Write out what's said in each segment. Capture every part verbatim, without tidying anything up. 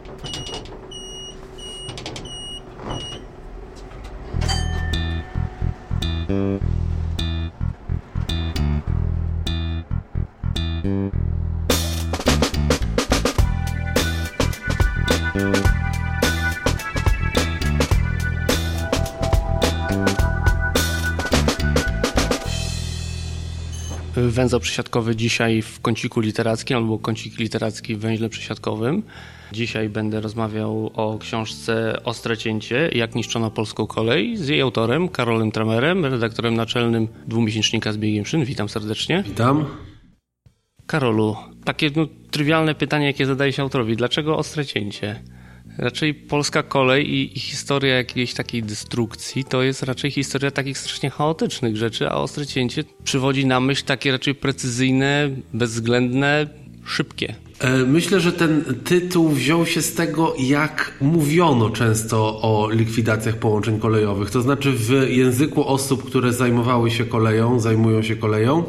Węzeł przesiadkowy dzisiaj w kąciku literackim albo kącik literacki w węźle przesiadkowym. Dzisiaj będę rozmawiał o książce Ostre cięcie, jak niszczono polską kolej z jej autorem Karolem Tramerem, redaktorem naczelnym dwumiesięcznika Z biegiem szyn. Witam serdecznie. Witam. Karolu, takie no, trywialne pytanie, jakie zadaje się autorowi. Dlaczego ostre cięcie? Raczej polska kolej i, i historia jakiejś takiej destrukcji to jest raczej historia takich strasznie chaotycznych rzeczy, a ostre cięcie przywodzi na myśl takie raczej precyzyjne, bezwzględne, szybkie. Myślę, że ten tytuł wziął się z tego, jak mówiono często o likwidacjach połączeń kolejowych. To znaczy w języku osób, które zajmowały się koleją, zajmują się koleją,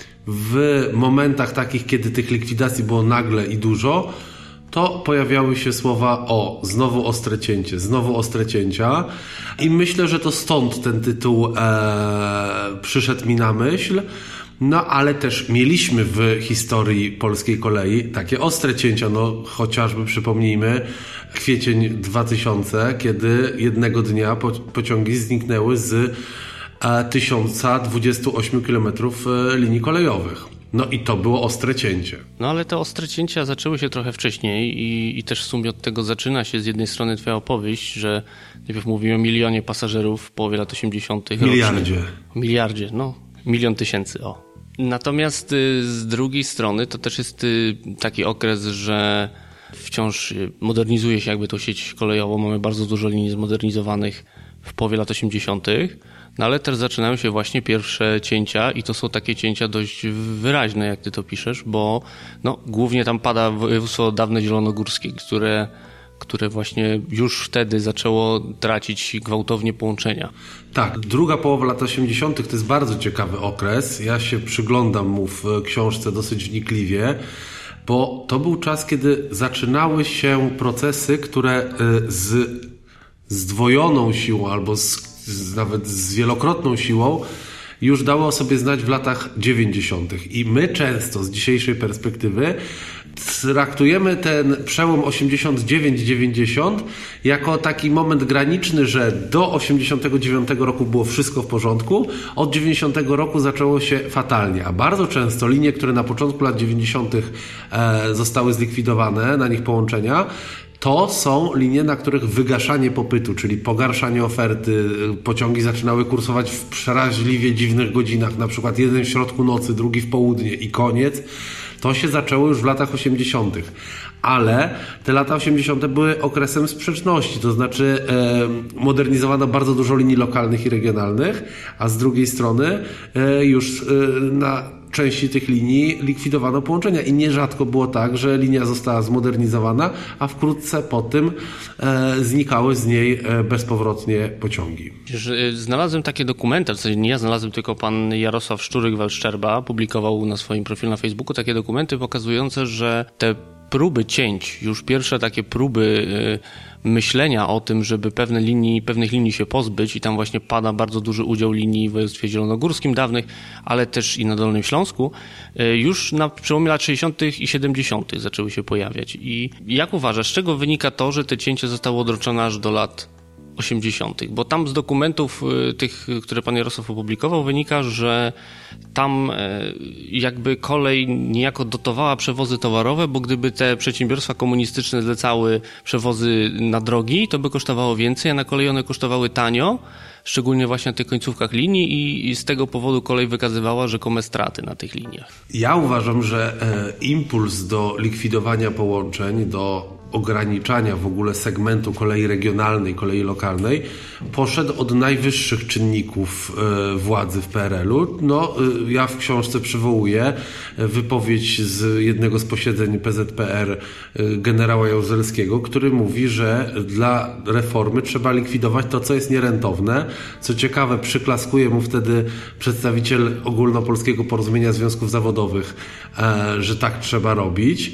w momentach takich, kiedy tych likwidacji było nagle i dużo, to pojawiały się słowa o znowu ostre cięcie, znowu ostre cięcia i myślę, że to stąd ten tytuł e, przyszedł mi na myśl. No ale też mieliśmy w historii polskiej kolei takie ostre cięcia, no chociażby przypomnijmy kwiecień dwa tysiące, kiedy jednego dnia po, pociągi zniknęły z e, tysiąc dwadzieścia osiem kilometrów e, linii kolejowych. No i to było ostre cięcie. No ale te ostre cięcia zaczęły się trochę wcześniej i, i też w sumie od tego zaczyna się z jednej strony twoja opowieść, że najpierw mówiłem o milionie pasażerów w połowie lat osiemdziesiątych. Miliardzie. Rocznie. Miliardzie, no. Milion tysięcy, o. Natomiast y, z drugiej strony to też jest y, taki okres, że wciąż modernizuje się jakby tą sieć kolejową. Mamy bardzo dużo linii zmodernizowanych w połowie lat osiemdziesiątych. No ale też zaczynają się właśnie pierwsze cięcia i to są takie cięcia dość wyraźne, jak ty to piszesz, bo no, głównie tam pada województwo dawne zielonogórskie, które, które właśnie już wtedy zaczęło tracić gwałtownie połączenia. Tak, druga połowa lat osiemdziesiątych to jest bardzo ciekawy okres. Ja się przyglądam mu w książce dosyć wnikliwie, bo to był czas, kiedy zaczynały się procesy, które z zdwojoną siłą albo z Z, nawet z wielokrotną siłą już dało o sobie znać w latach dziewięćdziesiątych. I my często z dzisiejszej perspektywy traktujemy ten przełom osiemdziesiąt dziewięć dziewięćdziesiąt jako taki moment graniczny, że do osiemdziesiątego dziewiątego roku było wszystko w porządku, od dziewięćdziesiątego roku zaczęło się fatalnie, a bardzo często linie, które na początku lat dziewięćdziesiątych e, zostały zlikwidowane, na nich połączenia, to są linie, na których wygaszanie popytu, czyli pogarszanie oferty, pociągi zaczynały kursować w przeraźliwie dziwnych godzinach, na przykład jeden w środku nocy, drugi w południe i koniec. To się zaczęło już w latach osiemdziesiątych. Ale te lata osiemdziesiąte były okresem sprzeczności, to znaczy e, modernizowano bardzo dużo linii lokalnych i regionalnych, a z drugiej strony e, już e, na części tych linii likwidowano połączenia i nierzadko było tak, że linia została zmodernizowana, a wkrótce po tym e, znikały z niej e, bezpowrotnie pociągi. Znalazłem takie dokumenty, w zasadzie nie ja znalazłem, tylko pan Jarosław Szczuryk-Walszczerba publikował na swoim profilu na Facebooku takie dokumenty pokazujące, że te próby cięć, już pierwsze takie próby y, myślenia o tym, żeby pewne linii, pewnych linii się pozbyć i tam właśnie pada bardzo duży udział linii w województwie zielonogórskim dawnych, ale też i na Dolnym Śląsku, y, już na przełomie lat sześćdziesiątych i siedemdziesiątych zaczęły się pojawiać. I jak uważasz, z czego wynika to, że te cięcie zostało odroczone aż do lat osiemdziesiątych? Bo tam z dokumentów y, tych, które pan Jarosław opublikował, wynika, że tam y, jakby kolej niejako dotowała przewozy towarowe, bo gdyby te przedsiębiorstwa komunistyczne zlecały przewozy na drogi, to by kosztowało więcej, a na kolei one kosztowały tanio, szczególnie właśnie na tych końcówkach linii i, i z tego powodu kolej wykazywała rzekome straty na tych liniach. Ja uważam, że e, impuls do likwidowania połączeń, do ograniczania w ogóle segmentu kolei regionalnej, kolei lokalnej poszedł od najwyższych czynników e, władzy w P R L u. No, e, ja w książce przywołuję wypowiedź z jednego z posiedzeń P Z P R e, generała Jaruzelskiego, który mówi, że dla reformy trzeba likwidować to, co jest nierentowne. Co ciekawe, przyklaskuje mu wtedy przedstawiciel Ogólnopolskiego Porozumienia Związków Zawodowych, e, że tak trzeba robić.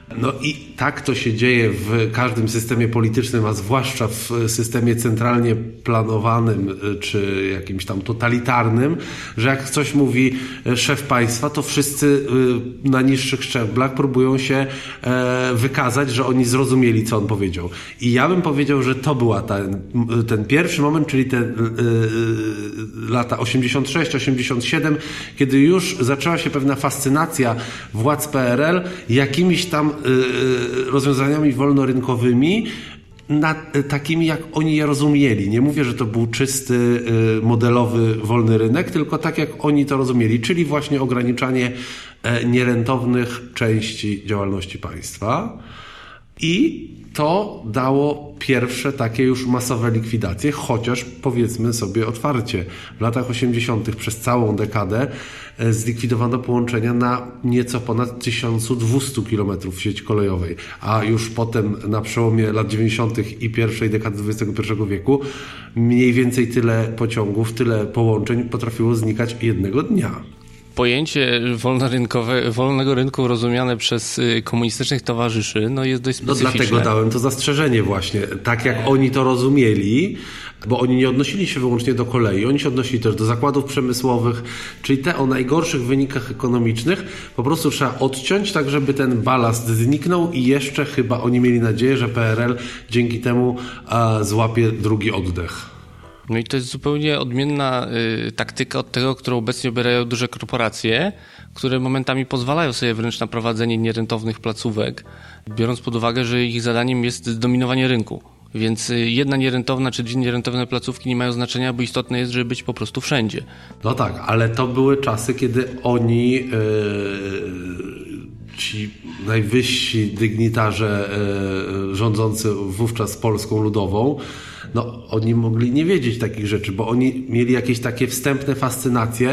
No i tak to się dzieje w każdym systemie politycznym, a zwłaszcza w systemie centralnie planowanym czy jakimś tam totalitarnym, że jak coś mówi szef państwa, to wszyscy na niższych szczeblach próbują się wykazać, że oni zrozumieli, co on powiedział. I ja bym powiedział, że to była ten, ten pierwszy moment, czyli te lata osiemdziesiąt sześć osiemdziesiąt siedem, kiedy już zaczęła się pewna fascynacja władz P R L jakimiś tam rozwiązaniami wolnorynkowymi, na, takimi jak oni je rozumieli. Nie mówię, że to był czysty, modelowy wolny rynek, tylko tak jak oni to rozumieli, czyli właśnie ograniczanie nierentownych części działalności państwa. I to dało pierwsze takie już masowe likwidacje, chociaż powiedzmy sobie otwarcie, w latach osiemdziesiątych przez całą dekadę zlikwidowano połączenia na nieco ponad tysiąc dwieście kilometrów sieci kolejowej, a już potem na przełomie lat dziewięćdziesiątych i pierwszej dekady dwudziestego pierwszego wieku mniej więcej tyle pociągów, tyle połączeń potrafiło znikać jednego dnia. Pojęcie wolnorynkowe, wolnego rynku rozumiane przez komunistycznych towarzyszy no jest dość specyficzne. No dlatego dałem to zastrzeżenie właśnie. Tak jak oni to rozumieli, bo oni nie odnosili się wyłącznie do kolei, oni się odnosili też do zakładów przemysłowych, czyli te o najgorszych wynikach ekonomicznych po prostu trzeba odciąć, tak żeby ten balast zniknął i jeszcze chyba oni mieli nadzieję, że P R L dzięki temu a, złapie drugi oddech. No i to jest zupełnie odmienna y, taktyka od tego, którą obecnie obierają duże korporacje, które momentami pozwalają sobie wręcz na prowadzenie nierentownych placówek, biorąc pod uwagę, że ich zadaniem jest zdominowanie rynku. Więc jedna nierentowna czy dwie nierentowne placówki nie mają znaczenia, bo istotne jest, żeby być po prostu wszędzie. No tak, ale to były czasy, kiedy oni, yy, ci najwyżsi dygnitarze yy, rządzący wówczas Polską Ludową, no oni mogli nie wiedzieć takich rzeczy, bo oni mieli jakieś takie wstępne fascynacje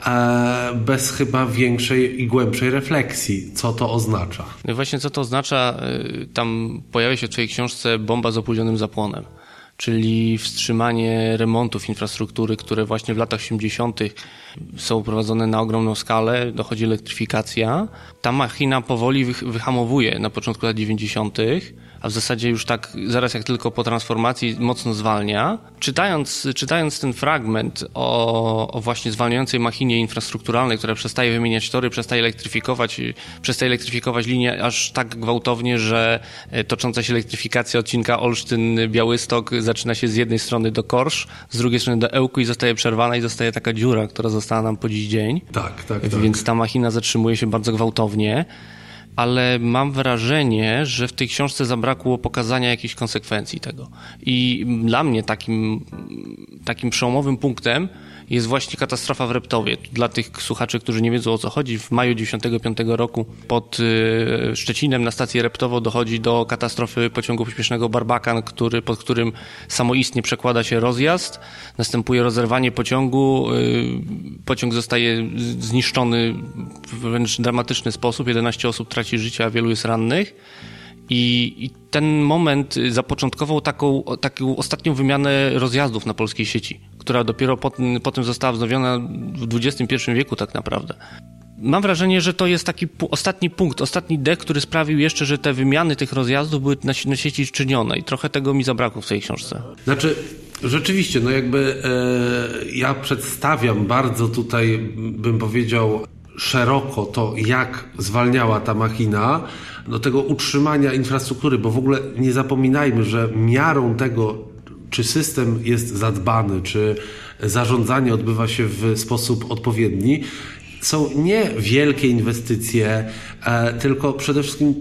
e, bez chyba większej i głębszej refleksji, co to oznacza. No właśnie co to oznacza, tam pojawia się w twojej książce bomba z opóźnionym zapłonem, czyli wstrzymanie remontów infrastruktury, które właśnie w latach osiemdziesiątych są prowadzone na ogromną skalę, dochodzi elektryfikacja. Ta machina powoli wyhamowuje na początku lat dziewięćdziesiątych, a w zasadzie już tak zaraz jak tylko po transformacji mocno zwalnia. Czytając, czytając ten fragment o, o właśnie zwalniającej machinie infrastrukturalnej, która przestaje wymieniać tory, przestaje elektryfikować, przestaje elektryfikować linie aż tak gwałtownie, że tocząca się elektryfikacja odcinka Olsztyn-Białystok zaczyna się z jednej strony do Korsz, z drugiej strony do Ełku i zostaje przerwana i zostaje taka dziura, która została nam po dziś dzień. Tak, tak, tak. Więc ta machina zatrzymuje się bardzo gwałtownie. Ale mam wrażenie, że w tej książce zabrakło pokazania jakichś konsekwencji tego. I dla mnie takim, takim przełomowym punktem jest właśnie katastrofa w Reptowie. Dla tych słuchaczy, którzy nie wiedzą, o co chodzi, w maju dziewięćdziesiątego piątego roku pod Szczecinem na stację Reptowo dochodzi do katastrofy pociągu pośpiesznego Barbakan, który, pod którym samoistnie przekłada się rozjazd, następuje rozerwanie pociągu, pociąg zostaje zniszczony w wręcz dramatyczny sposób, jedenaście osób traci życie, a wielu jest rannych. I, I ten moment zapoczątkował taką, taką ostatnią wymianę rozjazdów na polskiej sieci, która dopiero potem, potem została wznowiona w dwudziestym pierwszym wieku tak naprawdę. Mam wrażenie, że to jest taki pu- ostatni punkt, ostatni dek, który sprawił jeszcze, że te wymiany tych rozjazdów były na, na sieci czynione i trochę tego mi zabrakło w tej książce. Znaczy, rzeczywiście, no jakby e, ja przedstawiam bardzo tutaj, bym powiedział, szeroko to, jak zwalniała ta machina do tego utrzymania infrastruktury, bo w ogóle nie zapominajmy, że miarą tego, czy system jest zadbany, czy zarządzanie odbywa się w sposób odpowiedni, są nie wielkie inwestycje, e, tylko przede wszystkim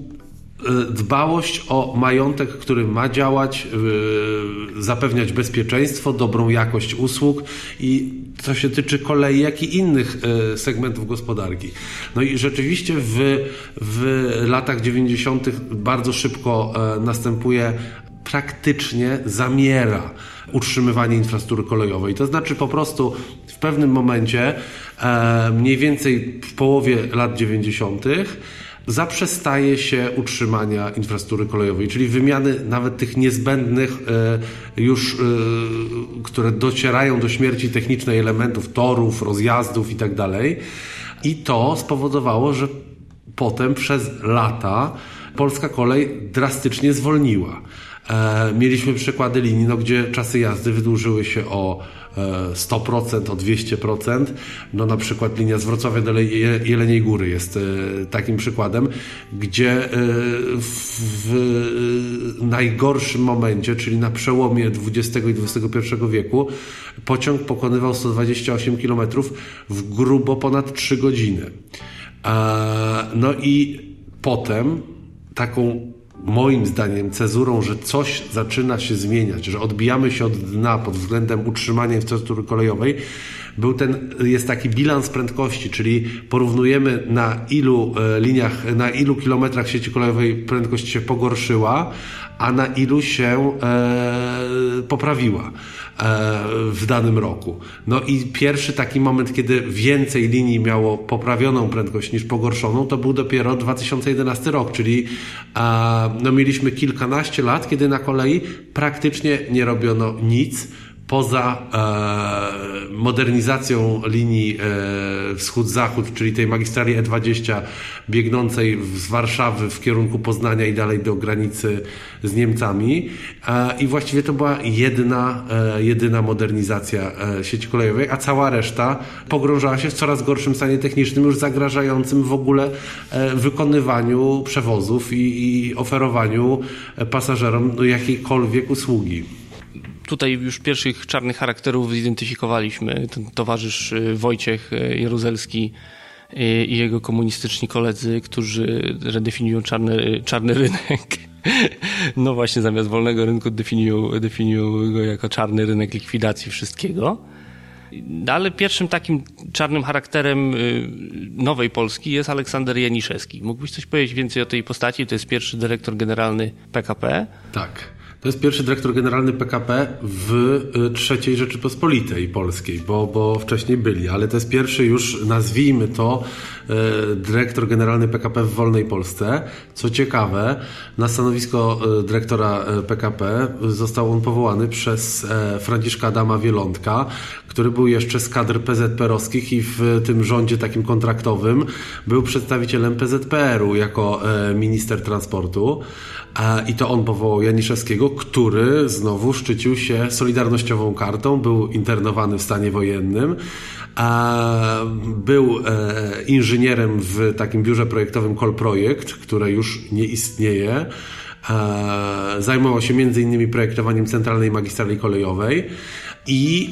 dbałość o majątek, który ma działać, yy, zapewniać bezpieczeństwo, dobrą jakość usług i co się tyczy kolei, jak i innych yy, segmentów gospodarki. No i rzeczywiście w, w latach dziewięćdziesiątych bardzo szybko yy, następuje, praktycznie zamiera utrzymywanie infrastruktury kolejowej. To znaczy po prostu w pewnym momencie, yy, mniej więcej w połowie lat dziewięćdziesiątych zaprzestaje się utrzymania infrastruktury kolejowej, czyli wymiany nawet tych niezbędnych już, które docierają do śmierci technicznej elementów, torów, rozjazdów i tak dalej. I to spowodowało, że potem przez lata polska kolej drastycznie zwolniła. Mieliśmy przykłady linii, no, gdzie czasy jazdy wydłużyły się o sto procent, o dwieście procent. No, na przykład linia z Wrocławia do Jeleniej Góry jest takim przykładem, gdzie w, w najgorszym momencie, czyli na przełomie dwudziestego i dwudziestego pierwszego wieku, pociąg pokonywał sto dwadzieścia osiem kilometrów w grubo ponad trzy godziny. No i potem taką, moim zdaniem, cezurą, że coś zaczyna się zmieniać, że odbijamy się od dna pod względem utrzymania infrastruktury kolejowej, był ten, jest taki bilans prędkości, czyli porównujemy, na ilu liniach, na ilu kilometrach sieci kolejowej prędkość się pogorszyła, a na ilu się e, poprawiła e, w danym roku. No i pierwszy taki moment, kiedy więcej linii miało poprawioną prędkość niż pogorszoną, to był dopiero dwa tysiące jedenasty rok, czyli e, no mieliśmy kilkanaście lat, kiedy na kolei praktycznie nie robiono nic poza e, modernizacją linii e, wschód-zachód, czyli tej magistrali E dwadzieścia biegnącej z Warszawy w kierunku Poznania i dalej do granicy z Niemcami. E, I właściwie to była jedna, e, jedyna modernizacja e, sieci kolejowej, a cała reszta pogrążała się w coraz gorszym stanie technicznym, już zagrażającym w ogóle e, wykonywaniu przewozów i, i oferowaniu pasażerom no, jakiejkolwiek usługi. Tutaj już pierwszych czarnych charakterów zidentyfikowaliśmy. Ten towarzysz Wojciech Jaruzelski i jego komunistyczni koledzy, którzy redefiniują czarny, czarny rynek. No właśnie, zamiast wolnego rynku definiują, definiują go jako czarny rynek likwidacji wszystkiego. Ale pierwszym takim czarnym charakterem nowej Polski jest Aleksander Janiszewski. Mógłbyś coś powiedzieć więcej o tej postaci? To jest pierwszy dyrektor generalny P K P. Tak. To jest pierwszy dyrektor generalny P K P w trzeciej Rzeczypospolitej Polskiej, bo, bo wcześniej byli, ale to jest pierwszy już, nazwijmy to, dyrektor generalny P K P w wolnej Polsce. Co ciekawe, na stanowisko dyrektora P K P został on powołany przez Franciszka Adama Wielądka, który był jeszcze z kadr P Z P er owskich i w tym rządzie takim kontraktowym był przedstawicielem P Z P er u jako minister transportu. I to on powołał Janiszewskiego, który znowu szczycił się solidarnościową kartą, był internowany w stanie wojennym, był inżynierem w takim biurze projektowym Kolprojekt, które już nie istnieje. Zajmował się między innymi projektowaniem centralnej magistrali kolejowej i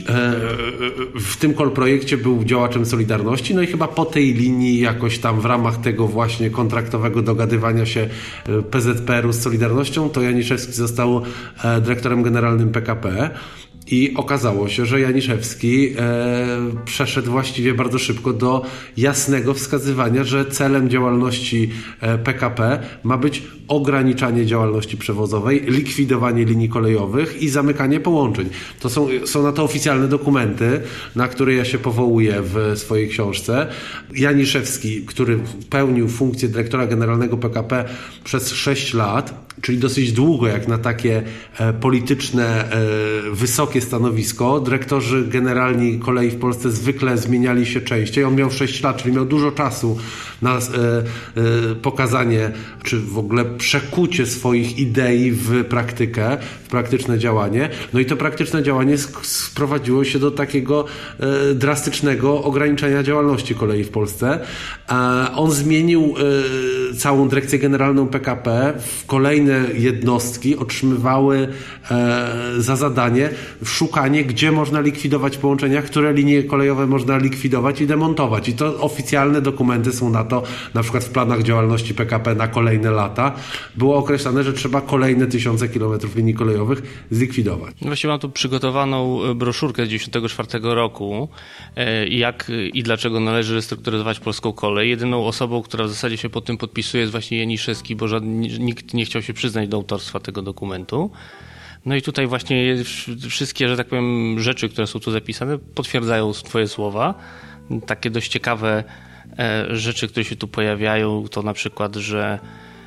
w tym Kolprojekcie był działaczem Solidarności, no i chyba po tej linii jakoś tam w ramach tego właśnie kontraktowego dogadywania się P Z P er u z Solidarnością, to Janiszewski został dyrektorem generalnym P K P. I okazało się, że Janiszewski e, przeszedł właściwie bardzo szybko do jasnego wskazywania, że celem działalności e, P K P ma być ograniczanie działalności przewozowej, likwidowanie linii kolejowych i zamykanie połączeń. To są, są na to oficjalne dokumenty, na które ja się powołuję w swojej książce. Janiszewski, który pełnił funkcję dyrektora generalnego P K P przez sześć lat, czyli dosyć długo jak na takie e, polityczne, e, wysokie stanowisko. Dyrektorzy generalni kolei w Polsce zwykle zmieniali się częściej. On miał sześć lat, czyli miał dużo czasu na e, e, pokazanie, czy w ogóle przekucie swoich idei w praktykę, w praktyczne działanie. No i to praktyczne działanie sprowadziło się do takiego e, drastycznego ograniczenia działalności kolei w Polsce. E, on zmienił e, całą dyrekcję generalną P K P. W kolejne jednostki otrzymywały e, za zadanie szukanie, gdzie można likwidować połączenia, które linie kolejowe można likwidować i demontować. I to oficjalne dokumenty są na to, na przykład w planach działalności P K P na kolejne lata było określone, że trzeba kolejne tysiące kilometrów linii kolejowych zlikwidować. Właściwie mam tu przygotowaną broszurkę z dziewięćdziesiątego czwartego roku, jak i dlaczego należy restrukturyzować polską kolej. Jedyną osobą, która w zasadzie się pod tym podpisuje, jest właśnie Janiszewski, bo żaden, nikt nie chciał się przyznać do autorstwa tego dokumentu. No i tutaj właśnie wszystkie, że tak powiem, rzeczy, które są tu zapisane, potwierdzają twoje słowa. Takie dość ciekawe rzeczy, które się tu pojawiają, to na przykład, że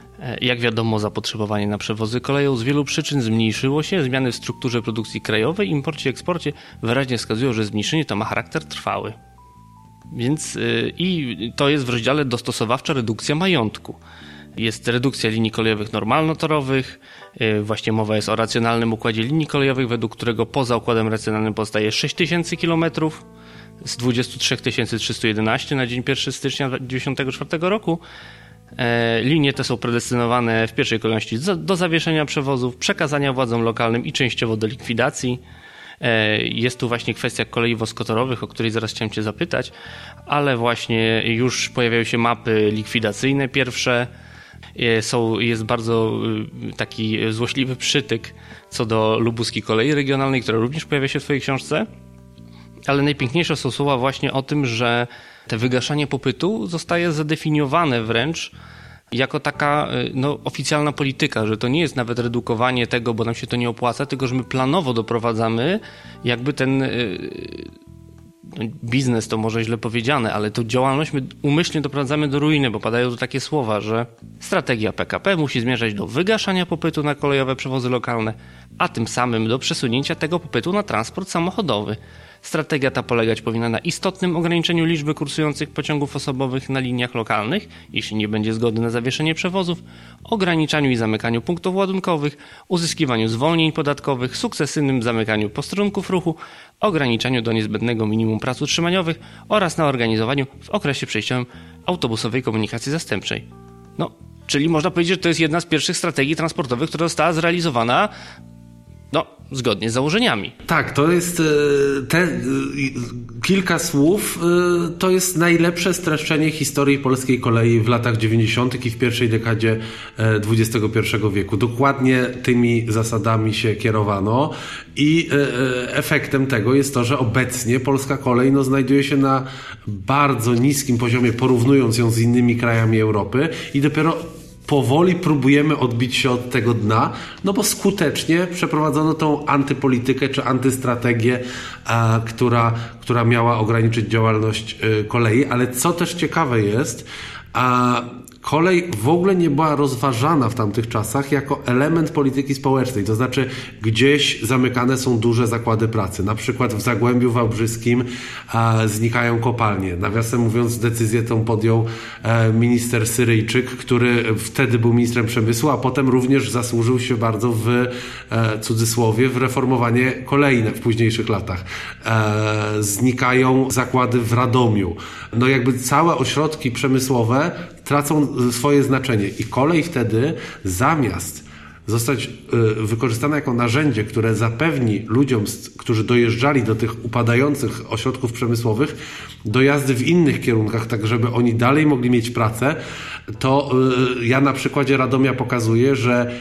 jak wiadomo, zapotrzebowanie na przewozy koleją z wielu przyczyn zmniejszyło się. Zmiany w strukturze produkcji krajowej, imporcie i eksporcie wyraźnie wskazują, że zmniejszenie to ma charakter trwały. Więc i to jest w rozdziale dostosowawcza redukcja majątku. Jest redukcja linii kolejowych normalnotorowych, właśnie mowa jest o racjonalnym układzie linii kolejowych, według którego poza układem racjonalnym powstaje sześć tysięcy kilometrów z dwadzieścia trzy tysiące trzysta jedenaście na dzień pierwszego stycznia tysiąc dziewięćset dziewięćdziesiątego czwartego roku. Linie te są predestynowane w pierwszej kolejności do zawieszenia przewozów, przekazania władzom lokalnym i częściowo do likwidacji. Jest tu właśnie kwestia kolei wąskotorowych, o której zaraz chciałem Cię zapytać, ale właśnie już pojawiają się mapy likwidacyjne pierwsze. Są, jest bardzo taki złośliwy przytyk co do lubuskiej kolei regionalnej, która również pojawia się w Twojej książce. Ale najpiękniejsze są słowa właśnie o tym, że te wygaszanie popytu zostaje zadefiniowane wręcz jako taka no, oficjalna polityka, że to nie jest nawet redukowanie tego, bo nam się to nie opłaca, tylko że my planowo doprowadzamy jakby ten yy, biznes, to może źle powiedziane, ale tą działalność my umyślnie doprowadzamy do ruiny, bo padają tu takie słowa, że strategia P K P musi zmierzać do wygaszania popytu na kolejowe przewozy lokalne, a tym samym do przesunięcia tego popytu na transport samochodowy. Strategia ta polegać powinna na istotnym ograniczeniu liczby kursujących pociągów osobowych na liniach lokalnych, jeśli nie będzie zgody na zawieszenie przewozów, ograniczaniu i zamykaniu punktów ładunkowych, uzyskiwaniu zwolnień podatkowych, sukcesywnym zamykaniu posterunków ruchu, ograniczaniu do niezbędnego minimum prac utrzymaniowych oraz na organizowaniu w okresie przejściowym autobusowej komunikacji zastępczej. No, czyli można powiedzieć, że to jest jedna z pierwszych strategii transportowych, która została zrealizowana no, zgodnie z założeniami. Tak, to jest te kilka słów, to jest najlepsze streszczenie historii polskiej kolei w latach dziewięćdziesiątych i w pierwszej dekadzie dwudziestego pierwszego wieku. Dokładnie tymi zasadami się kierowano i efektem tego jest to, że obecnie polska kolej no, znajduje się na bardzo niskim poziomie, porównując ją z innymi krajami Europy i dopiero powoli próbujemy odbić się od tego dna, no bo skutecznie przeprowadzono tą antypolitykę czy antystrategię, a, która, która miała ograniczyć działalność y, kolei, ale co też ciekawe jest, a kolej w ogóle nie była rozważana w tamtych czasach jako element polityki społecznej, to znaczy gdzieś zamykane są duże zakłady pracy, na przykład w Zagłębiu Wałbrzyskim a, znikają kopalnie. Nawiasem mówiąc, decyzję tą podjął e, minister Syryjczyk, który wtedy był ministrem przemysłu, a potem również zasłużył się bardzo w e, cudzysłowie w reformowanie kolei w późniejszych latach. E, znikają zakłady w Radomiu. No jakby całe ośrodki przemysłowe tracą swoje znaczenie i kolej wtedy zamiast zostać wykorzystana jako narzędzie, które zapewni ludziom, którzy dojeżdżali do tych upadających ośrodków przemysłowych, dojazdy w innych kierunkach, tak żeby oni dalej mogli mieć pracę, to ja na przykładzie Radomia pokazuję, że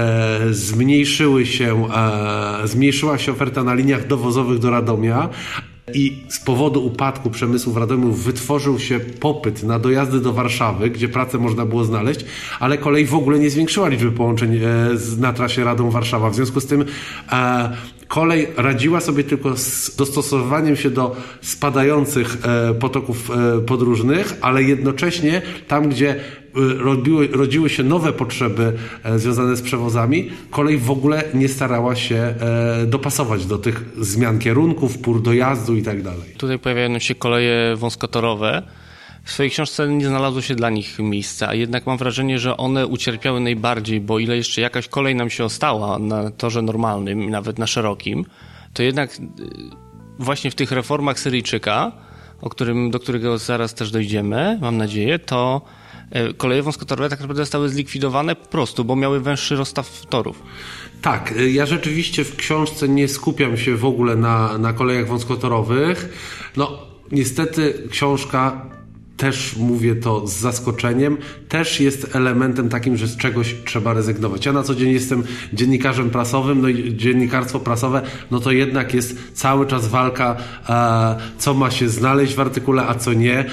zmniejszyły się, zmniejszyła się oferta na liniach dowozowych do Radomia, i z powodu upadku przemysłu w Radomiu wytworzył się popyt na dojazdy do Warszawy, gdzie pracę można było znaleźć, ale kolej w ogóle nie zwiększyła liczby połączeń na trasie Radom-Warszawa. W związku z tym e, kolej radziła sobie tylko z dostosowywaniem się do spadających e, potoków e, podróżnych, ale jednocześnie tam, gdzie robiły, rodziły się nowe potrzeby e, związane z przewozami, kolej w ogóle nie starała się e, dopasować do tych zmian kierunków, pór dojazdu i tak dalej. Tutaj pojawiają się koleje wąskotorowe. W swojej książce nie znalazło się dla nich miejsca, a jednak mam wrażenie, że one ucierpiały najbardziej, bo ile jeszcze jakaś kolej nam się ostała na torze normalnym, nawet na szerokim, to jednak właśnie w tych reformach Syryjczyka, o którym, do którego zaraz też dojdziemy, mam nadzieję, to koleje wąskotorowe tak naprawdę zostały zlikwidowane po prostu, bo miały węższy rozstaw torów. Tak, ja rzeczywiście w książce nie skupiam się w ogóle na, na kolejach wąskotorowych. No, niestety książka, też mówię to z zaskoczeniem, też jest elementem takim, że z czegoś trzeba rezygnować. Ja na co dzień jestem dziennikarzem prasowym, no i dziennikarstwo prasowe, no to jednak jest cały czas walka, e, co ma się znaleźć w artykule, a co nie.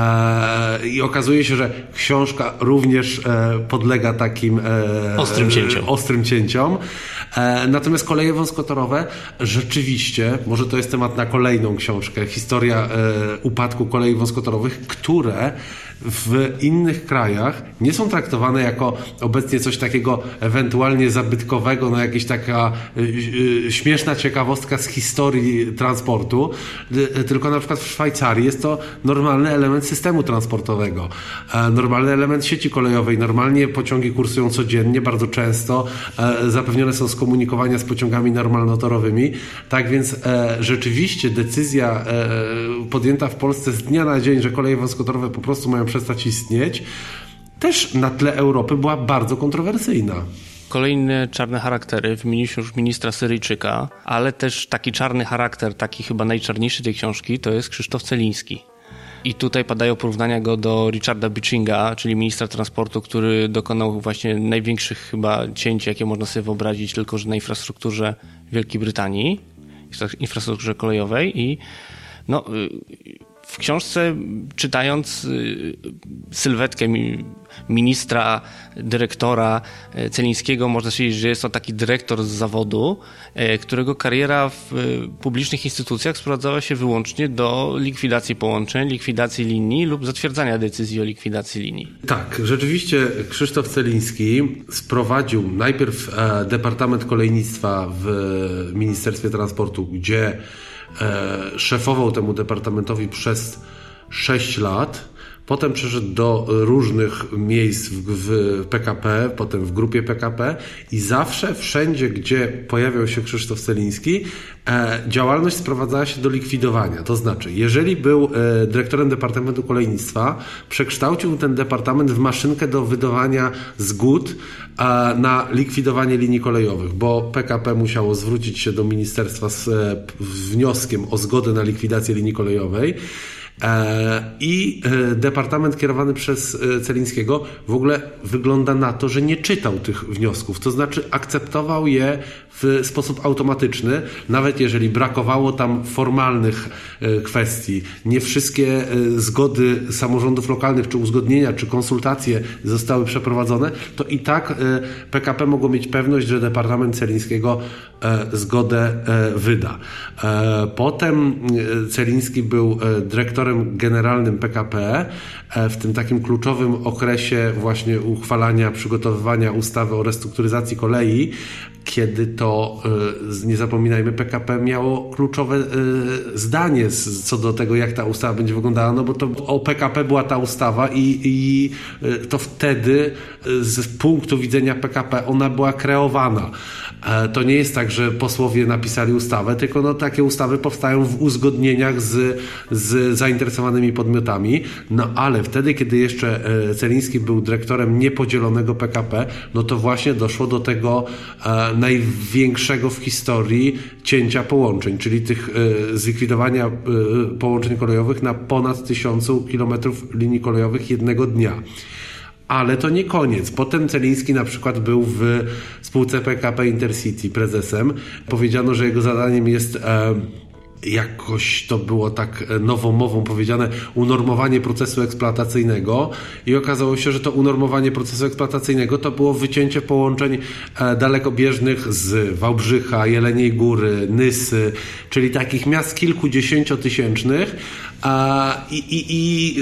E, I okazuje się, że książka również e, podlega takim e, ostrym cięciom. Ostrym cięciom. E, natomiast koleje wąskotorowe rzeczywiście, może to jest temat na kolejną książkę, historia e, upadku kolei wąskotorowych, które w innych krajach nie są traktowane jako obecnie coś takiego ewentualnie zabytkowego, no jakaś taka y, y, śmieszna ciekawostka z historii transportu, y, tylko na przykład w Szwajcarii jest to normalny element systemu transportowego, e, normalny element sieci kolejowej, normalnie pociągi kursują codziennie, bardzo często, e, zapewnione są skomunikowania z pociągami normalnotorowymi, tak więc e, rzeczywiście decyzja e, podjęta w Polsce z dnia na dzień, że koleje wąskotorowe po prostu mają przestać istnieć, też na tle Europy była bardzo kontrowersyjna. Kolejne czarne charaktery, wymieniliśmy już ministra Syryjczyka, ale też taki czarny charakter, taki chyba najczarniejszy tej książki, to jest Krzysztof Celiński. I tutaj padają porównania go do Richarda Bichinga, czyli ministra transportu, który dokonał właśnie największych chyba cięć, jakie można sobie wyobrazić, tylko że na infrastrukturze Wielkiej Brytanii, infrastrukturze kolejowej. I no, w książce, czytając sylwetkę ministra, dyrektora Celińskiego, można powiedzieć, że jest to taki dyrektor z zawodu, którego kariera w publicznych instytucjach sprowadzała się wyłącznie do likwidacji połączeń, likwidacji linii lub zatwierdzania decyzji o likwidacji linii. Tak, rzeczywiście Krzysztof Celiński sprowadził najpierw Departament Kolejnictwa w Ministerstwie Transportu, gdzie szefował temu departamentowi przez sześć lat. Potem przeszedł do różnych miejsc w P K P, potem w grupie P K P i zawsze, wszędzie, gdzie pojawiał się Krzysztof Celiński, działalność sprowadzała się do likwidowania. To znaczy, jeżeli był dyrektorem Departamentu Kolejnictwa, przekształcił ten departament w maszynkę do wydawania zgód na likwidowanie linii kolejowych, bo P K P musiało zwrócić się do ministerstwa z wnioskiem o zgodę na likwidację linii kolejowej. I departament kierowany przez Celińskiego w ogóle wygląda na to, że nie czytał tych wniosków, to znaczy akceptował je w sposób automatyczny, nawet jeżeli brakowało tam formalnych kwestii, nie wszystkie zgody samorządów lokalnych, czy uzgodnienia, czy konsultacje zostały przeprowadzone, to i tak P K P mogło mieć pewność, że departament Celińskiego zgodę wyda. Potem Celiński był dyrektorem generalnym P K P w tym takim kluczowym okresie właśnie uchwalania, przygotowywania ustawy o restrukturyzacji kolei, kiedy to, nie zapominajmy, P K P miało kluczowe zdanie co do tego, jak ta ustawa będzie wyglądała, no bo to o P K P była ta ustawa i, i to wtedy z punktu widzenia P K P ona była kreowana. To nie jest tak, że posłowie napisali ustawę, tylko no, takie ustawy powstają w uzgodnieniach z, z zainteresowanymi podmiotami, no ale wtedy, kiedy jeszcze Celiński był dyrektorem niepodzielonego P K P, no to właśnie doszło do tego e, największego w historii cięcia połączeń, czyli tych e, zlikwidowania e, połączeń kolejowych na ponad tysiącu kilometrów linii kolejowych jednego dnia. Ale to nie koniec. Potem Celiński na przykład był w spółce P K P Intercity prezesem. Powiedziano, że jego zadaniem jest e, jakoś to było tak nowomową powiedziane, unormowanie procesu eksploatacyjnego i okazało się, że to unormowanie procesu eksploatacyjnego to było wycięcie połączeń e, dalekobieżnych z Wałbrzycha, Jeleniej Góry, Nysy, czyli takich miast kilkudziesięciotysięcznych, a, i, i, i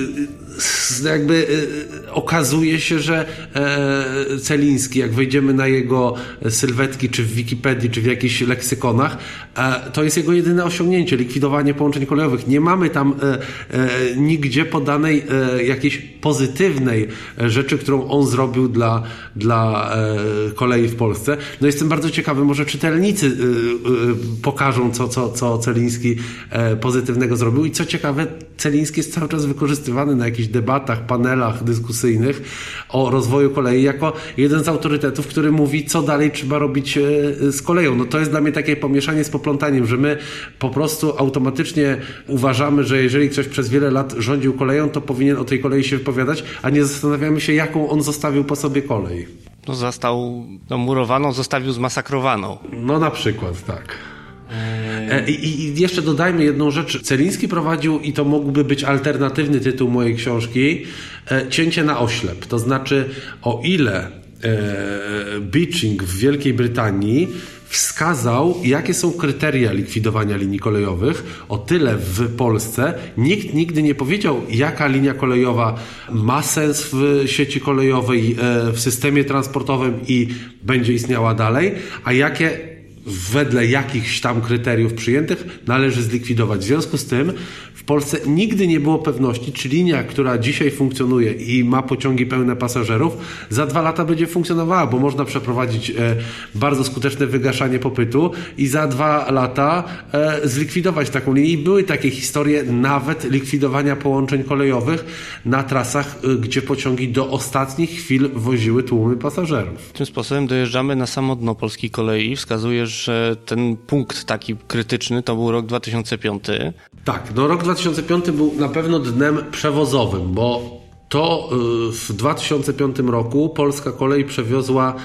jakby e, okazuje się, że e, Celiński, jak wejdziemy na jego sylwetki, czy w Wikipedii, czy w jakichś leksykonach, e, to jest jego jedyne osiągnięcie, likwidowanie połączeń kolejowych. Nie mamy tam e, e, nigdzie podanej e, jakiejś pozytywnej rzeczy, którą on zrobił dla, dla e, kolei w Polsce. No jestem bardzo ciekawy, może czytelnicy e, e, pokażą, co, co, co Celiński e, pozytywnego zrobił i co ciekawe, Celiński jest cały czas wykorzystywany na jakichś debatach, panelach dyskusyjnych o rozwoju kolei jako jeden z autorytetów, który mówi, co dalej trzeba robić z koleją. No to jest dla mnie takie pomieszanie z poplątaniem, że my po prostu automatycznie uważamy, że jeżeli ktoś przez wiele lat rządził koleją, to powinien o tej kolei się wypowiadać, a nie zastanawiamy się, jaką on zostawił po sobie kolej. No zastał no, murowaną, zostawił zmasakrowaną. No na przykład, tak. I, I jeszcze dodajmy jedną rzecz. Celiński prowadził, i to mógłby być alternatywny tytuł mojej książki, cięcie na oślep. To znaczy, o ile Beeching w Wielkiej Brytanii wskazał, jakie są kryteria likwidowania linii kolejowych. O tyle w Polsce nikt nigdy nie powiedział, jaka linia kolejowa ma sens w sieci kolejowej, w systemie transportowym i będzie istniała dalej, a jakie wedle jakichś tam kryteriów przyjętych należy zlikwidować. W związku z tym w Polsce nigdy nie było pewności, czy linia, która dzisiaj funkcjonuje i ma pociągi pełne pasażerów, za dwa lata będzie funkcjonowała, bo można przeprowadzić e, bardzo skuteczne wygaszanie popytu i za dwa lata e, zlikwidować taką linię. I były takie historie nawet likwidowania połączeń kolejowych na trasach, e, gdzie pociągi do ostatnich chwil woziły tłumy pasażerów. Tym sposobem dojeżdżamy na samo dno polskiej kolei. Wskazujesz, że ten punkt taki krytyczny to był rok dwa tysiące piąty. Tak, no rok dwa tysiące piąty był na pewno dnem przewozowym, bo to w dwa tysiące piątym roku polska kolej przewiozła,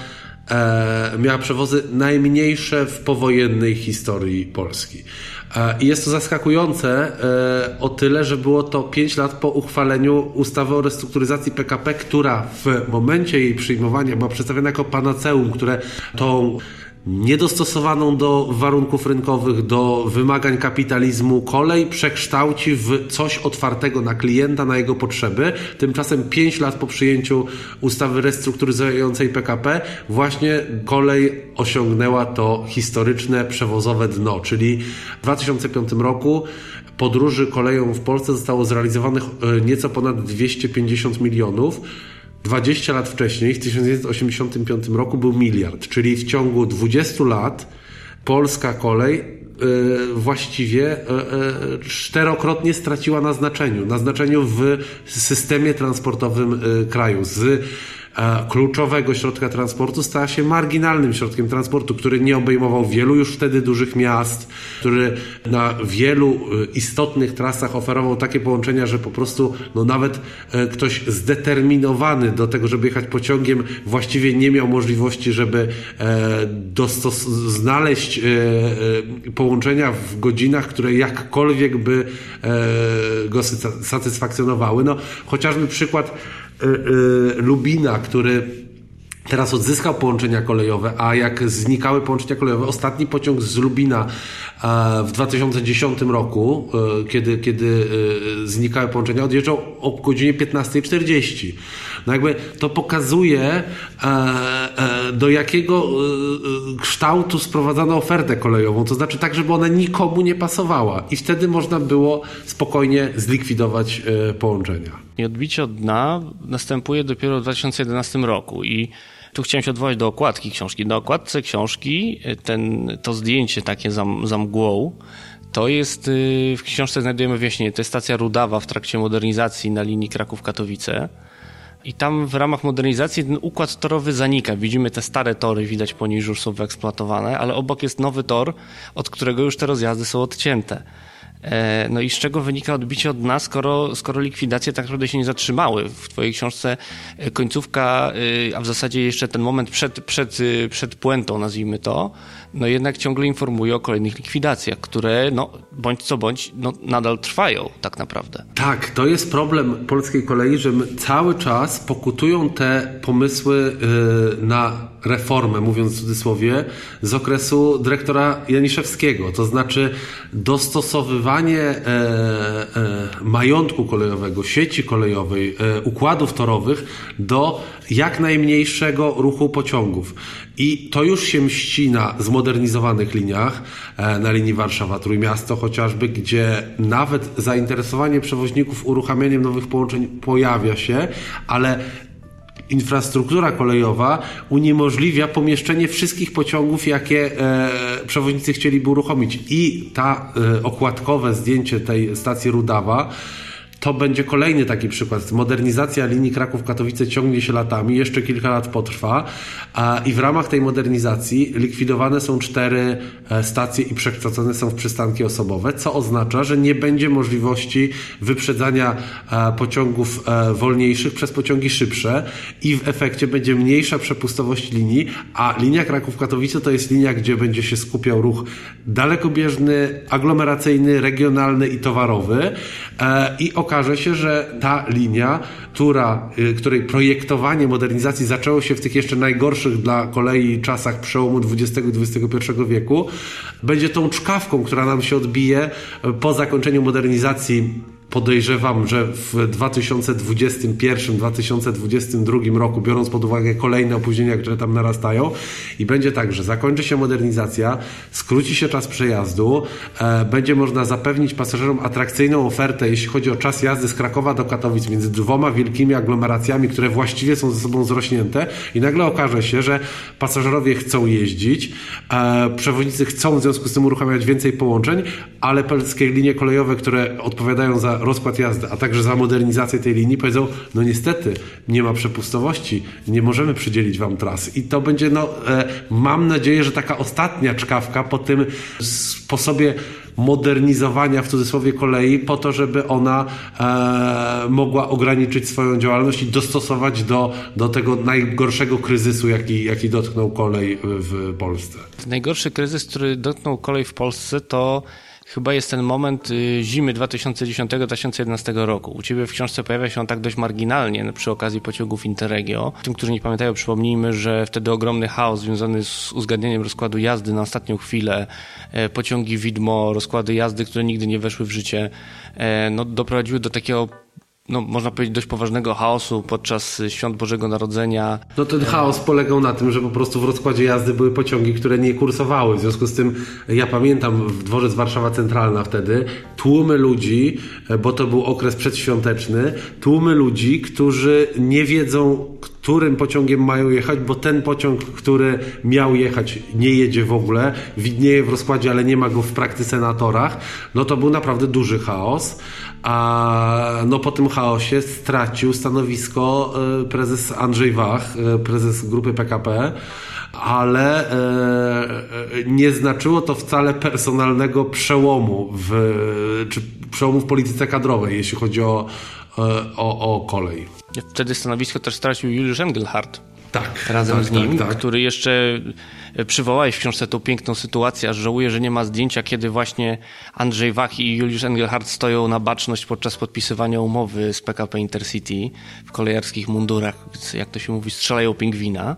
e, miała przewozy najmniejsze w powojennej historii Polski. E, I jest to zaskakujące e, o tyle, że było to pięć lat po uchwaleniu ustawy o restrukturyzacji P K P, która w momencie jej przyjmowania była przedstawiona jako panaceum, które tą niedostosowaną do warunków rynkowych, do wymagań kapitalizmu kolej przekształci w coś otwartego na klienta, na jego potrzeby. Tymczasem pięć lat po przyjęciu ustawy restrukturyzującej P K P właśnie kolej osiągnęła to historyczne przewozowe dno, czyli w dwa tysiące piątym roku podróży koleją w Polsce zostało zrealizowanych nieco ponad dwieście pięćdziesiąt milionów. dwadzieścia lat wcześniej, w tysiąc dziewięćset osiemdziesiątym piątym roku był miliard, czyli w ciągu dwudziestu lat polska kolej yy, właściwie yy, czterokrotnie straciła na znaczeniu, na znaczeniu w systemie transportowym yy, kraju. Z kluczowego środka transportu stała się marginalnym środkiem transportu, który nie obejmował wielu już wtedy dużych miast, który na wielu istotnych trasach oferował takie połączenia, że po prostu no nawet ktoś zdeterminowany do tego, żeby jechać pociągiem, właściwie nie miał możliwości, żeby dostos- znaleźć połączenia w godzinach, które jakkolwiek by go satysfakcjonowały. No, chociażby przykład Lubina, który teraz odzyskał połączenia kolejowe, a jak znikały połączenia kolejowe, ostatni pociąg z Lubina w dwa tysiące dziesiątym roku, kiedy, kiedy znikały połączenia, odjeżdżał o godzinie piętnasta czterdzieści. No jakby to pokazuje, do jakiego kształtu sprowadzano ofertę kolejową, to znaczy tak, żeby ona nikomu nie pasowała i wtedy można było spokojnie zlikwidować połączenia. I odbicie od dna następuje dopiero w dwa tysiące jedenastym roku i tu chciałem się odwołać do okładki książki. Na okładce książki ten, to zdjęcie takie za, za mgłą, to jest, w książce znajdujemy wyjaśnienie, to jest stacja Rudawa w trakcie modernizacji na linii Kraków-Katowice. I tam w ramach modernizacji ten układ torowy zanika. Widzimy te stare tory, widać po niej, że już są wyeksploatowane, ale obok jest nowy tor, od którego już te rozjazdy są odcięte. No i z czego wynika odbicie od dna, skoro, skoro likwidacje tak naprawdę się nie zatrzymały. W twojej książce końcówka, a w zasadzie jeszcze ten moment przed, przed, przed puentą, nazwijmy to, no jednak ciągle informuje o kolejnych likwidacjach, które no bądź co bądź no, nadal trwają tak naprawdę. Tak, to jest problem polskiej kolei, że my cały czas pokutują te pomysły yy, na reformę, mówiąc w cudzysłowie, z okresu dyrektora Janiszewskiego. To znaczy dostosowywanie e, e, majątku kolejowego, sieci kolejowej, e, układów torowych do jak najmniejszego ruchu pociągów. I to już się mści na zmodernizowanych liniach, e, na linii Warszawa-Trójmiasto chociażby, gdzie nawet zainteresowanie przewoźników uruchamianiem nowych połączeń pojawia się, ale infrastruktura kolejowa uniemożliwia pomieszczenie wszystkich pociągów, jakie e, przewoźnicy chcieliby uruchomić. I ta e, okładkowe zdjęcie tej stacji Rudawa to będzie kolejny taki przykład. Modernizacja linii Kraków-Katowice ciągnie się latami, jeszcze kilka lat potrwa a, i w ramach tej modernizacji likwidowane są cztery stacje i przekształcone są w przystanki osobowe, co oznacza, że nie będzie możliwości wyprzedzania a, pociągów a, wolniejszych przez pociągi szybsze i w efekcie będzie mniejsza przepustowość linii, a linia Kraków-Katowice to jest linia, gdzie będzie się skupiał ruch dalekobieżny, aglomeracyjny, regionalny i towarowy a, i okaże się, że ta linia, która, której projektowanie modernizacji zaczęło się w tych jeszcze najgorszych dla kolei czasach przełomu dwudziestego i dwudziestego pierwszego wieku, będzie tą czkawką, która nam się odbije po zakończeniu modernizacji. Podejrzewam, że w dwa tysiące dwudziestym pierwszym do dwa tysiące dwudziestego drugiego roku, biorąc pod uwagę kolejne opóźnienia, które tam narastają, i będzie tak, że zakończy się modernizacja, skróci się czas przejazdu, e, będzie można zapewnić pasażerom atrakcyjną ofertę, jeśli chodzi o czas jazdy z Krakowa do Katowic, między dwoma wielkimi aglomeracjami, które właściwie są ze sobą zrośnięte, i nagle okaże się, że pasażerowie chcą jeździć, e, przewoźnicy chcą w związku z tym uruchamiać więcej połączeń, ale polskie linie kolejowe, które odpowiadają za rozkład jazdy, a także za modernizację tej linii, powiedzą, no niestety, nie ma przepustowości, nie możemy przydzielić wam tras. I to będzie, no, e, mam nadzieję, że taka ostatnia czkawka po tym sposobie modernizowania, w cudzysłowie, kolei, po to, żeby ona e, mogła ograniczyć swoją działalność i dostosować do, do tego najgorszego kryzysu, jaki, jaki dotknął kolej w Polsce. Najgorszy kryzys, który dotknął kolej w Polsce, to chyba jest ten moment zimy dwa tysiące dziesiątego do dwa tysiące jedenastego roku. U Ciebie w książce pojawia się on tak dość marginalnie przy okazji pociągów Interregio. Tym, którzy nie pamiętają, przypomnijmy, że wtedy ogromny chaos związany z uzgadnieniem rozkładu jazdy na ostatnią chwilę, pociągi widmo, rozkłady jazdy, które nigdy nie weszły w życie, no, doprowadziły do takiego, no, można powiedzieć, dość poważnego chaosu podczas Świąt Bożego Narodzenia. No ten chaos polegał na tym, że po prostu w rozkładzie jazdy były pociągi, które nie kursowały. W związku z tym, ja pamiętam w dworzec Warszawa Centralna wtedy, tłumy ludzi, bo to był okres przedświąteczny, tłumy ludzi, którzy nie wiedzą, którym pociągiem mają jechać, bo ten pociąg, który miał jechać, nie jedzie w ogóle, widnieje w rozkładzie, ale nie ma go w praktyce na torach. No to był naprawdę duży chaos. A no po tym chaosie stracił stanowisko prezes Andrzej Wach, prezes grupy P K P, ale e, nie znaczyło to wcale personalnego przełomu w, czy przełomu w polityce kadrowej, jeśli chodzi o, o, o kolej. Wtedy stanowisko też stracił Juliusz Engelhardt. Tak, razem tak, z nim, tak, tak. który jeszcze przywołałeś w książce tą piękną sytuację, aż żałuję, że nie ma zdjęcia, kiedy właśnie Andrzej Wach i Juliusz Engelhardt stoją na baczność podczas podpisywania umowy z P K P Intercity w kolejarskich mundurach, jak to się mówi, strzelają pingwina.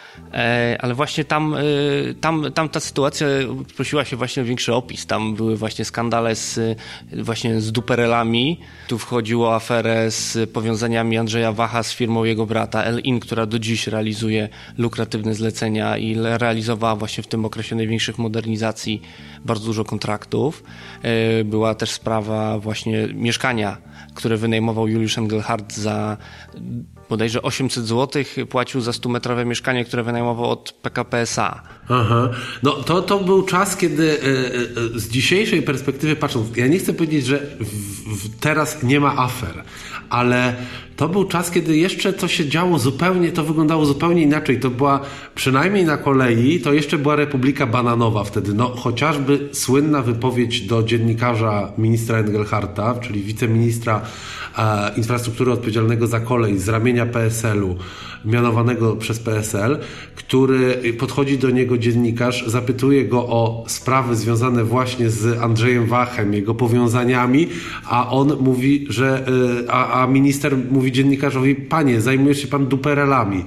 Ale właśnie tam, tam, tam ta sytuacja prosiła się właśnie o większy opis. Tam były właśnie skandale z, właśnie z duperelami. Tu wchodziło aferę z powiązaniami Andrzeja Wacha z firmą jego brata El In, która do dziś realizuje lukratywne zlecenia i realizowała właśnie w tym okresie największych modernizacji bardzo dużo kontraktów. Była też sprawa właśnie mieszkania, które wynajmował Juliusz Engelhardt za bodajże osiemset złotych, płacił za stumetrowe mieszkanie, które wynajmował od P K P S A. Aha. No to, to był czas, kiedy z dzisiejszej perspektywy patrząc, ja nie chcę powiedzieć, że w, w teraz nie ma afer, ale to był czas, kiedy jeszcze to się działo zupełnie, to wyglądało zupełnie inaczej. To była, przynajmniej na kolei, to jeszcze była Republika Bananowa wtedy. No chociażby słynna wypowiedź do dziennikarza ministra Engelhardta, czyli wiceministra e, infrastruktury odpowiedzialnego za kolej z ramienia P S L-u, mianowanego przez P S L, który podchodzi do niego dziennikarz, zapytuje go o sprawy związane właśnie z Andrzejem Wachem, jego powiązaniami, a on mówi, że a, a minister mówi dziennikarzowi, panie, zajmujesz się pan duperelami.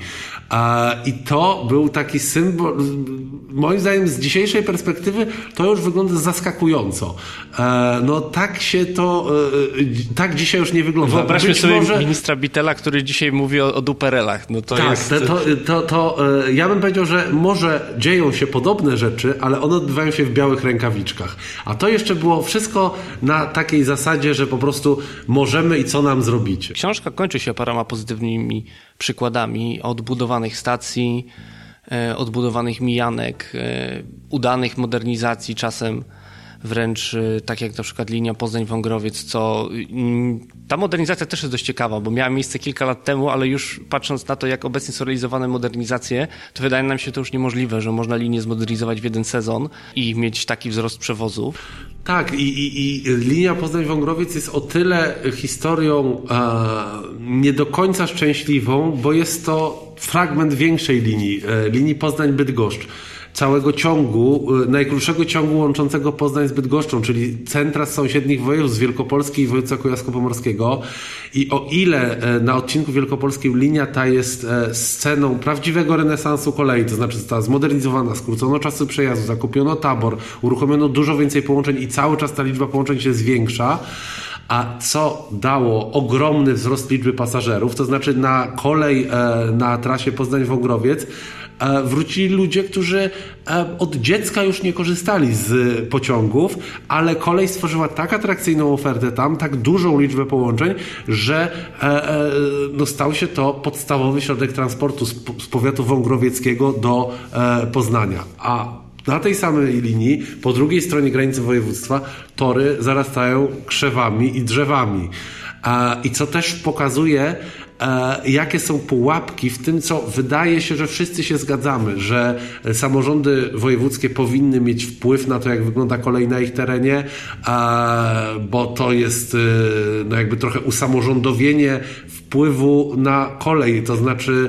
I to był taki symbol, moim zdaniem z dzisiejszej perspektywy to już wygląda zaskakująco. No tak się to, tak dzisiaj już nie wygląda. Wyobraźmy Być sobie może... ministra Bittela, który dzisiaj mówi o, o duperelach. No to tak, jest... to, to, to, to ja bym powiedział, że może dzieją się podobne rzeczy, ale one odbywają się w białych rękawiczkach. A to jeszcze było wszystko na takiej zasadzie, że po prostu możemy i co nam zrobicie. Książka kończy się paroma pozytywnymi przykładami odbudowanych stacji, odbudowanych mijanek, udanych modernizacji, czasem wręcz tak jak na przykład linia Poznań-Wągrowiec, co ta modernizacja też jest dość ciekawa, bo miała miejsce kilka lat temu, ale już patrząc na to, jak obecnie są realizowane modernizacje, to wydaje nam się to już niemożliwe, że można linię zmodernizować w jeden sezon i mieć taki wzrost przewozów. Tak, i, i, i linia Poznań-Wągrowiec jest o tyle historią e, nie do końca szczęśliwą, bo jest to fragment większej linii, e, linii Poznań-Bydgoszcz. całego ciągu, najkrótszego ciągu łączącego Poznań z Bydgoszczą, czyli centra z sąsiednich województw, z Wielkopolski i województwa kujawsko-pomorskiego. I o ile na odcinku wielkopolskiej linia ta jest sceną prawdziwego renesansu kolei, to znaczy została zmodernizowana, skrócono czasy przejazdu, zakupiono tabor, uruchomiono dużo więcej połączeń i cały czas ta liczba połączeń się zwiększa, a co dało ogromny wzrost liczby pasażerów, to znaczy na kolej na trasie Poznań-Wągrowiec wrócili ludzie, którzy od dziecka już nie korzystali z pociągów, ale kolej stworzyła tak atrakcyjną ofertę tam, tak dużą liczbę połączeń, że no, stał się to podstawowy środek transportu z powiatu wągrowieckiego do Poznania. A na tej samej linii, po drugiej stronie granicy województwa, tory zarastają krzewami i drzewami. I co też pokazuje, jakie są pułapki w tym, co wydaje się, że wszyscy się zgadzamy, że samorządy wojewódzkie powinny mieć wpływ na to, jak wygląda kolej na ich terenie, bo to jest no jakby trochę usamorządowienie wpływu na kolej, to znaczy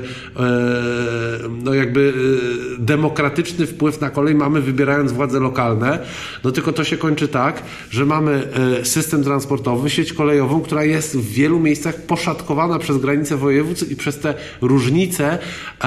no jakby demokratyczny wpływ na kolej mamy, wybierając władze lokalne, no tylko to się kończy tak, że mamy system transportowy, sieć kolejową, która jest w wielu miejscach poszatkowana przez granice województw i przez te różnice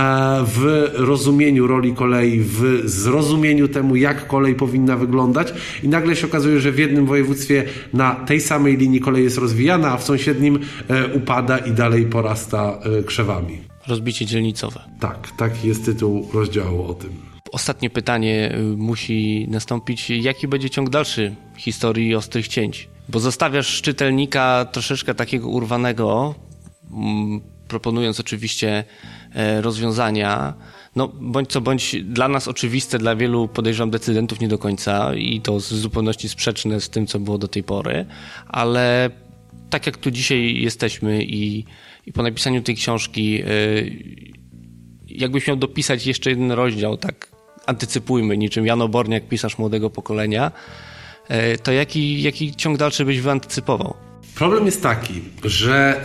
w rozumieniu roli kolei, w zrozumieniu temu, jak kolej powinna wyglądać, i nagle się okazuje, że w jednym województwie na tej samej linii kolej jest rozwijana, a w sąsiednim upada i dalej porasta krzewami. Rozbicie dzielnicowe. Tak, taki jest tytuł rozdziału o tym. Ostatnie pytanie musi nastąpić. Jaki będzie ciąg dalszy historii ostrych cięć? Bo zostawiasz czytelnika troszeczkę takiego urwanego, proponując oczywiście rozwiązania, no bądź co bądź dla nas oczywiste, dla wielu, podejrzewam, decydentów nie do końca, i to w zupełności sprzeczne z tym, co było do tej pory, ale tak jak tu dzisiaj jesteśmy i, i po napisaniu tej książki, jakbyś miał dopisać jeszcze jeden rozdział, tak antycypujmy, niczym Jan Oborniak, pisarz młodego pokolenia, to jaki, jaki ciąg dalszy byś wyantycypował? Problem jest taki, że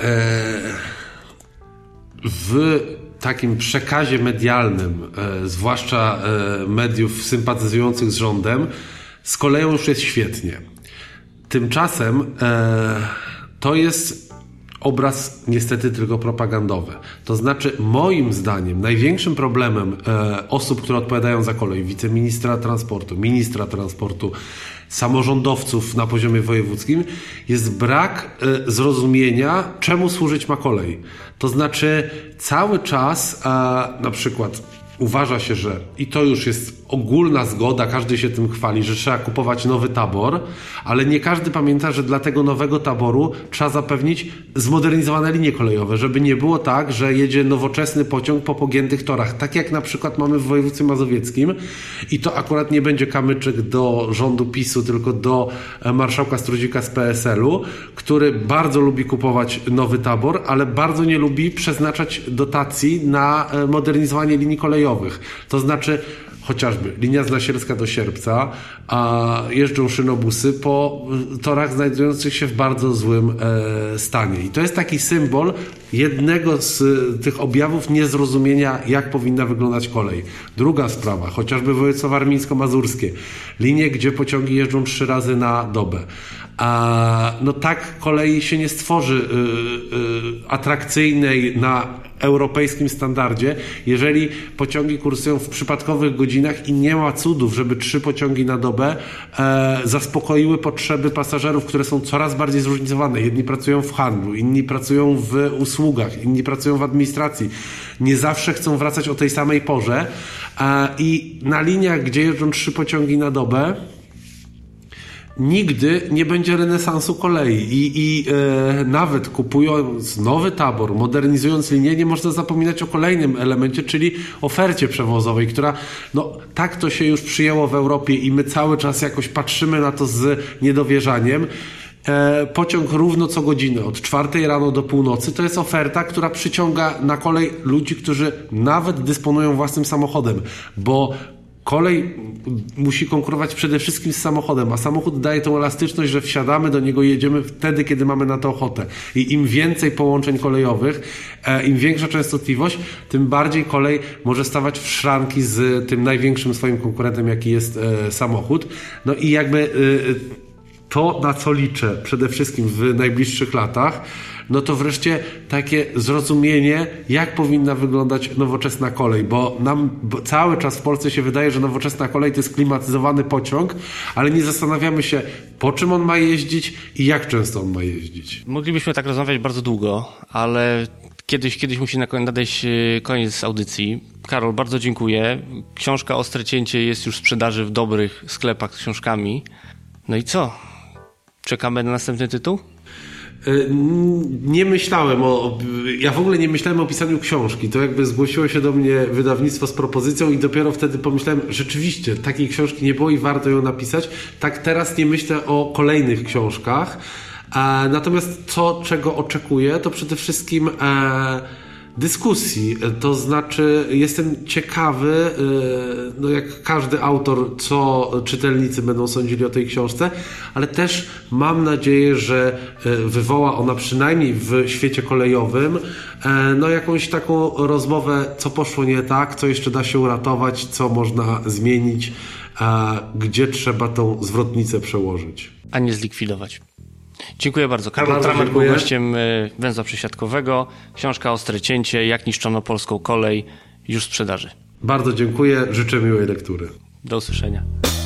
w takim przekazie medialnym, zwłaszcza mediów sympatyzujących z rządem, z koleją już jest świetnie. Tymczasem to jest obraz niestety tylko propagandowy. To znaczy, moim zdaniem największym problemem e, osób, które odpowiadają za kolej, wiceministra transportu, ministra transportu, samorządowców na poziomie wojewódzkim, jest brak e, zrozumienia, czemu służyć ma kolej. To znaczy, cały czas e, na przykład uważa się, że, i to już jest ogólna zgoda, każdy się tym chwali, że trzeba kupować nowy tabor, ale nie każdy pamięta, że dla tego nowego taboru trzeba zapewnić zmodernizowane linie kolejowe, żeby nie było tak, że jedzie nowoczesny pociąg po pogiętych torach, tak jak na przykład mamy w województwie mazowieckim, i to akurat nie będzie kamyczek do rządu PiSu, tylko do marszałka Strudzika z P S L u, który bardzo lubi kupować nowy tabor, ale bardzo nie lubi przeznaczać dotacji na modernizowanie linii kolejowych. To znaczy, chociażby linia z Nasierska do Sierpca, a jeżdżą szynobusy po torach znajdujących się w bardzo złym e, stanie. I to jest taki symbol jednego z tych objawów niezrozumienia, jak powinna wyglądać kolej. Druga sprawa, chociażby województwo warmińsko-mazurskie. Linie, gdzie pociągi jeżdżą trzy razy na dobę. A, no tak kolei się nie stworzy y, y, atrakcyjnej na europejskim standardzie, jeżeli pociągi kursują w przypadkowych godzinach i nie ma cudów, żeby trzy pociągi na dobę e, zaspokoiły potrzeby pasażerów, które są coraz bardziej zróżnicowane. Jedni pracują w handlu, inni pracują w usługach, inni pracują w administracji. Nie zawsze chcą wracać o tej samej porze e, i na liniach, gdzie jeżdżą trzy pociągi na dobę, nigdy nie będzie renesansu kolei i, i e, nawet kupując nowy tabor, modernizując linię, nie można zapominać o kolejnym elemencie, czyli ofercie przewozowej, która, no tak to się już przyjęło w Europie i my cały czas jakoś patrzymy na to z niedowierzaniem. E, pociąg równo co godzinę, od czwartej rano do północy, to jest oferta, która przyciąga na kolej ludzi, którzy nawet dysponują własnym samochodem, bo kolej musi konkurować przede wszystkim z samochodem, a samochód daje tą elastyczność, że wsiadamy do niego, jedziemy wtedy, kiedy mamy na to ochotę. I im więcej połączeń kolejowych, e, im większa częstotliwość, tym bardziej kolej może stawać w szranki z tym największym swoim konkurentem, jaki jest e, samochód. No i jakby e, to, na co liczę przede wszystkim w najbliższych latach, no to wreszcie takie zrozumienie, jak powinna wyglądać nowoczesna kolej, bo nam bo cały czas w Polsce się wydaje, że nowoczesna kolej to jest klimatyzowany pociąg, ale nie zastanawiamy się, po czym on ma jeździć i jak często on ma jeździć. Moglibyśmy tak rozmawiać bardzo długo, ale kiedyś, kiedyś musi nadejść koniec audycji. Karol, bardzo dziękuję. Książka Ostre Cięcie jest już w sprzedaży w dobrych sklepach z książkami. No i co? Czekamy na następny tytuł? Nie myślałem o... Ja w ogóle nie myślałem o pisaniu książki. To jakby zgłosiło się do mnie wydawnictwo z propozycją i dopiero wtedy pomyślałem, rzeczywiście, takiej książki nie było i warto ją napisać. Tak teraz nie myślę o kolejnych książkach. Natomiast to, czego oczekuję, to przede wszystkim dyskusji. To znaczy jestem ciekawy, no jak każdy autor, co czytelnicy będą sądzili o tej książce, ale też mam nadzieję, że wywoła ona przynajmniej w świecie kolejowym no jakąś taką rozmowę, co poszło nie tak, co jeszcze da się uratować, co można zmienić, gdzie trzeba tą zwrotnicę przełożyć. A nie zlikwidować. Dziękuję bardzo. Karol Tramer był gościem Węzła Przesiadkowego. Książka Ostre Cięcie, jak niszczono polską kolej, już w sprzedaży. Bardzo dziękuję, życzę miłej lektury. Do usłyszenia.